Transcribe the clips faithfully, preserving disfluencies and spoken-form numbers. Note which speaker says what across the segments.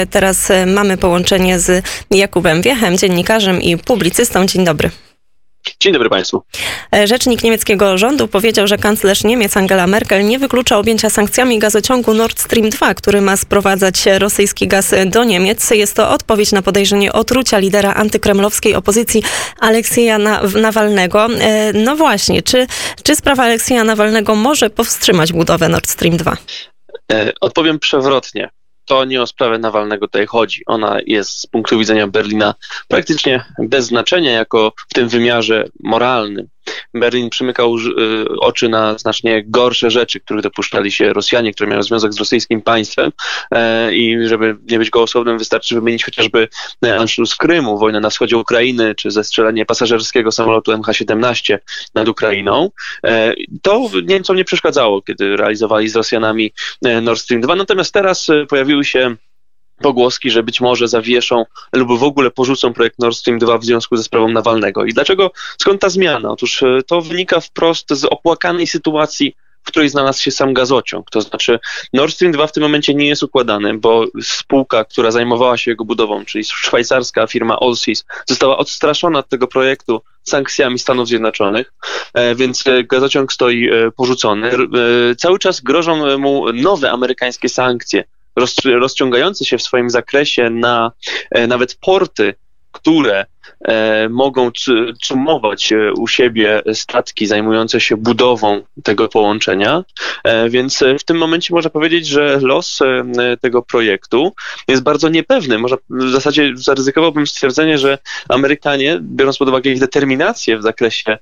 Speaker 1: Teraz mamy połączenie z Jakubem Wiechem, dziennikarzem i publicystą. Dzień dobry.
Speaker 2: Dzień dobry Państwu.
Speaker 1: Rzecznik niemieckiego rządu powiedział, że kanclerz Niemiec Angela Merkel nie wyklucza objęcia sankcjami gazociągu Nord Stream dwa, który ma sprowadzać rosyjski gaz do Niemiec. Jest to odpowiedź na podejrzenie otrucia lidera antykremlowskiej opozycji Aleksieja Nawalnego. No właśnie, czy, czy sprawa Aleksieja Nawalnego może powstrzymać budowę Nord Stream dwa?
Speaker 2: Odpowiem przewrotnie. To nie o sprawę Nawalnego tutaj chodzi. Ona jest z punktu widzenia Berlina praktycznie bez znaczenia jako w tym wymiarze moralnym. Berlin przymykał y, oczy na znacznie gorsze rzeczy, których dopuszczali się Rosjanie, które miały związek z rosyjskim państwem e, i żeby nie być gołosłownym, wystarczy wymienić chociażby anszlus Krymu, wojnę na wschodzie Ukrainy, czy zestrzelenie pasażerskiego samolotu M H siedemnaście nad Ukrainą. E, to Niemcom nie przeszkadzało, kiedy realizowali z Rosjanami Nord Stream dwa, natomiast teraz pojawiły się pogłoski, że być może zawieszą lub w ogóle porzucą projekt Nord Stream dwa w związku ze sprawą Nawalnego. I dlaczego? Skąd ta zmiana? Otóż to wynika wprost z opłakanej sytuacji, w której znalazł się sam gazociąg. To znaczy Nord Stream dwa w tym momencie nie jest układany, bo spółka, która zajmowała się jego budową, czyli szwajcarska firma Allseas, została odstraszona od tego projektu sankcjami Stanów Zjednoczonych, e, więc gazociąg stoi e, porzucony. E, cały czas grożą mu nowe amerykańskie sankcje, rozciągające się w swoim zakresie na e, nawet porty, które e, mogą cumować u siebie statki zajmujące się budową tego połączenia. E, więc w tym momencie można powiedzieć, że los e, tego projektu jest bardzo niepewny. Można, w zasadzie zaryzykowałbym stwierdzenie, że Amerykanie, biorąc pod uwagę ich determinację w zakresie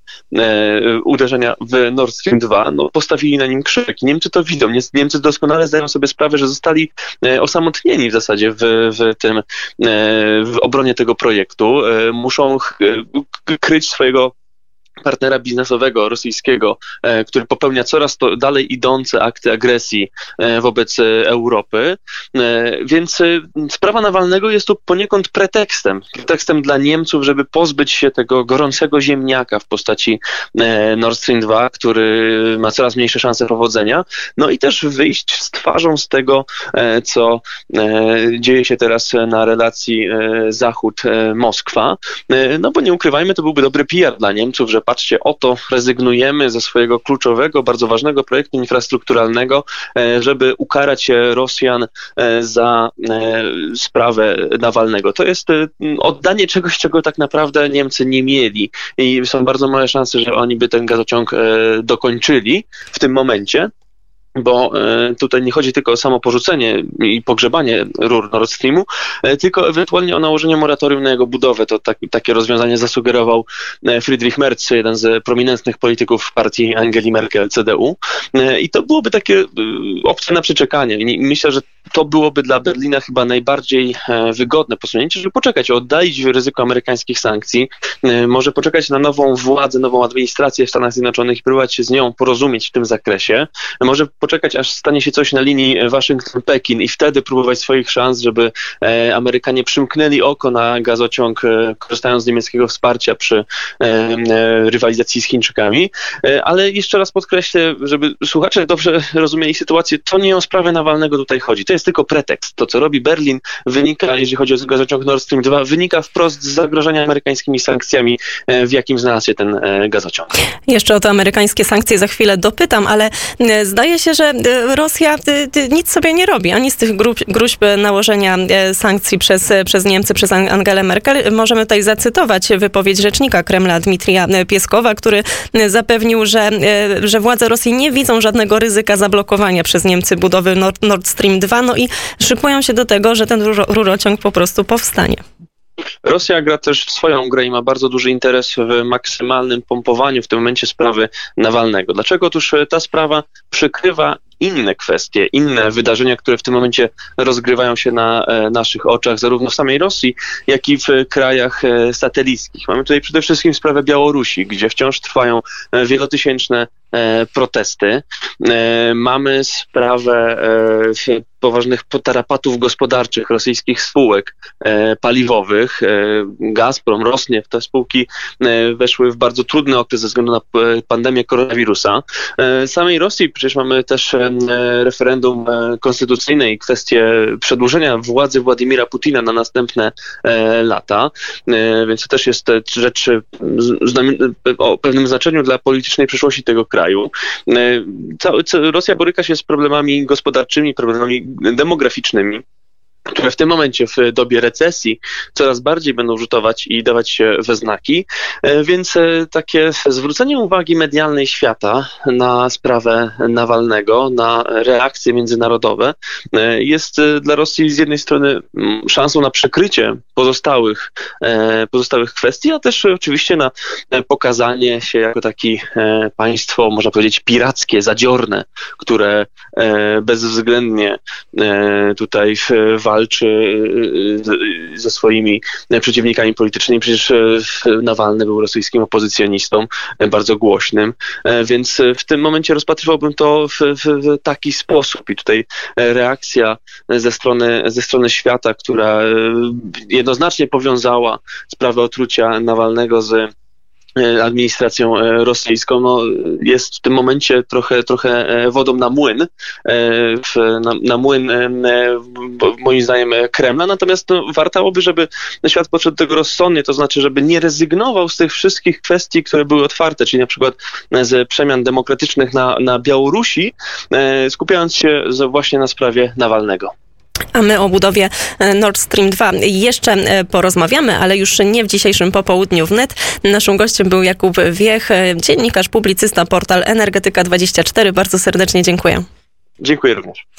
Speaker 2: e, uderzenia w Nord Stream dwa, no, postawili na nim krzyk. Niemcy to widzą. Niemcy doskonale zdają sobie sprawę, że zostali e, osamotnieni w zasadzie w, w tym e, w obronie tego projektu. E, muszą kryć swojego partnera biznesowego rosyjskiego, e, który popełnia coraz to dalej idące akty agresji e, wobec Europy. E, więc e, sprawa Nawalnego jest tu poniekąd pretekstem. Pretekstem dla Niemców, żeby pozbyć się tego gorącego ziemniaka w postaci e, Nord Stream dwa, który ma coraz mniejsze szanse powodzenia. No i też wyjść z twarzą z tego, e, co e, dzieje się teraz na relacji e, Zachód-Moskwa. E, no bo nie ukrywajmy, to byłby dobry P R dla Niemców, że patrzcie, oto rezygnujemy ze swojego kluczowego, bardzo ważnego projektu infrastrukturalnego, żeby ukarać Rosjan za sprawę Nawalnego. To jest oddanie czegoś, czego tak naprawdę Niemcy nie mieli i są bardzo małe szanse, że oni by ten gazociąg dokończyli w tym momencie. Bo tutaj nie chodzi tylko o samo porzucenie i pogrzebanie rur Nord Streamu, tylko ewentualnie o nałożenie moratorium na jego budowę. To tak, takie rozwiązanie zasugerował Friedrich Merz, jeden z prominentnych polityków partii Angeli Merkel, C D U. I to byłoby takie opcja na przeczekanie. I myślę, że to byłoby dla Berlina chyba najbardziej wygodne posunięcie, żeby poczekać, oddalić ryzyko amerykańskich sankcji, może poczekać na nową władzę, nową administrację w Stanach Zjednoczonych i próbować się z nią porozumieć w tym zakresie. Może poczekać, aż stanie się coś na linii Waszyngton-Pekin i wtedy próbować swoich szans, żeby e, Amerykanie przymknęli oko na gazociąg, e, korzystając z niemieckiego wsparcia przy e, e, rywalizacji z Chińczykami. E, ale jeszcze raz podkreślę, żeby słuchacze dobrze rozumieli sytuację, to nie o sprawę Nawalnego tutaj chodzi. To jest tylko pretekst. To, co robi Berlin, wynika, jeżeli chodzi o gazociąg Nord Stream dwa, wynika wprost z zagrożenia amerykańskimi sankcjami, e, w jakim znalazł się ten e, gazociąg.
Speaker 1: Jeszcze o te amerykańskie sankcje za chwilę dopytam, ale e, zdaje się, że Rosja nic sobie nie robi, ani z tych gruźb nałożenia sankcji przez, przez Niemcy, przez Angelę Merkel. Możemy tutaj zacytować wypowiedź rzecznika Kremla Dmitrija Pieskowa, który zapewnił, że, że władze Rosji nie widzą żadnego ryzyka zablokowania przez Niemcy budowy Nord, Nord Stream dwa, no i szykują się do tego, że ten rurociąg po prostu powstanie.
Speaker 2: Rosja gra też w swoją grę i ma bardzo duży interes w maksymalnym pompowaniu w tym momencie sprawy Nawalnego. Dlaczego? Otóż ta sprawa przykrywa inne kwestie, inne wydarzenia, które w tym momencie rozgrywają się na e, naszych oczach, zarówno w samej Rosji, jak i w krajach e, satelickich. Mamy tutaj przede wszystkim sprawę Białorusi, gdzie wciąż trwają e, wielotysięczne e, protesty. E, mamy sprawę e, poważnych tarapatów gospodarczych rosyjskich spółek e, paliwowych. E, Gazprom, Rosneft, te spółki e, weszły w bardzo trudny okres ze względu na pandemię koronawirusa. E, samej Rosji przecież mamy też referendum konstytucyjne i kwestię przedłużenia władzy Władimira Putina na następne lata, więc to też jest rzecz o pewnym znaczeniu dla politycznej przyszłości tego kraju. Rosja boryka się z problemami gospodarczymi, problemami demograficznymi, które w tym momencie, w dobie recesji, coraz bardziej będą rzutować i dawać się we znaki. Więc takie zwrócenie uwagi medialnej świata na sprawę Nawalnego, na reakcje międzynarodowe jest dla Rosji z jednej strony szansą na przykrycie pozostałych, pozostałych kwestii, a też oczywiście na pokazanie się jako taki państwo, można powiedzieć, pirackie, zadziorne, które bezwzględnie tutaj walczy ze swoimi przeciwnikami politycznymi. Przecież Nawalny był rosyjskim opozycjonistą, bardzo głośnym, więc w tym momencie rozpatrywałbym to w, w, w taki sposób. I tutaj reakcja ze strony, ze strony świata, która jednoznacznie powiązała sprawę otrucia Nawalnego z administracją rosyjską, no, jest w tym momencie trochę, trochę wodą na młyn, na, na młyn moim zdaniem Kremla, natomiast no, wartałoby, żeby świat podszedł do tego rozsądnie, to znaczy, żeby nie rezygnował z tych wszystkich kwestii, które były otwarte, czyli na przykład z przemian demokratycznych na, na Białorusi, skupiając się właśnie na sprawie Nawalnego.
Speaker 1: A my o budowie Nord Stream dwa jeszcze porozmawiamy, ale już nie w dzisiejszym popołudniu wnet. Naszym gościem był Jakub Wiech, dziennikarz, publicysta, portal Energetyka dwadzieścia cztery. Bardzo serdecznie dziękuję.
Speaker 2: Dziękuję również.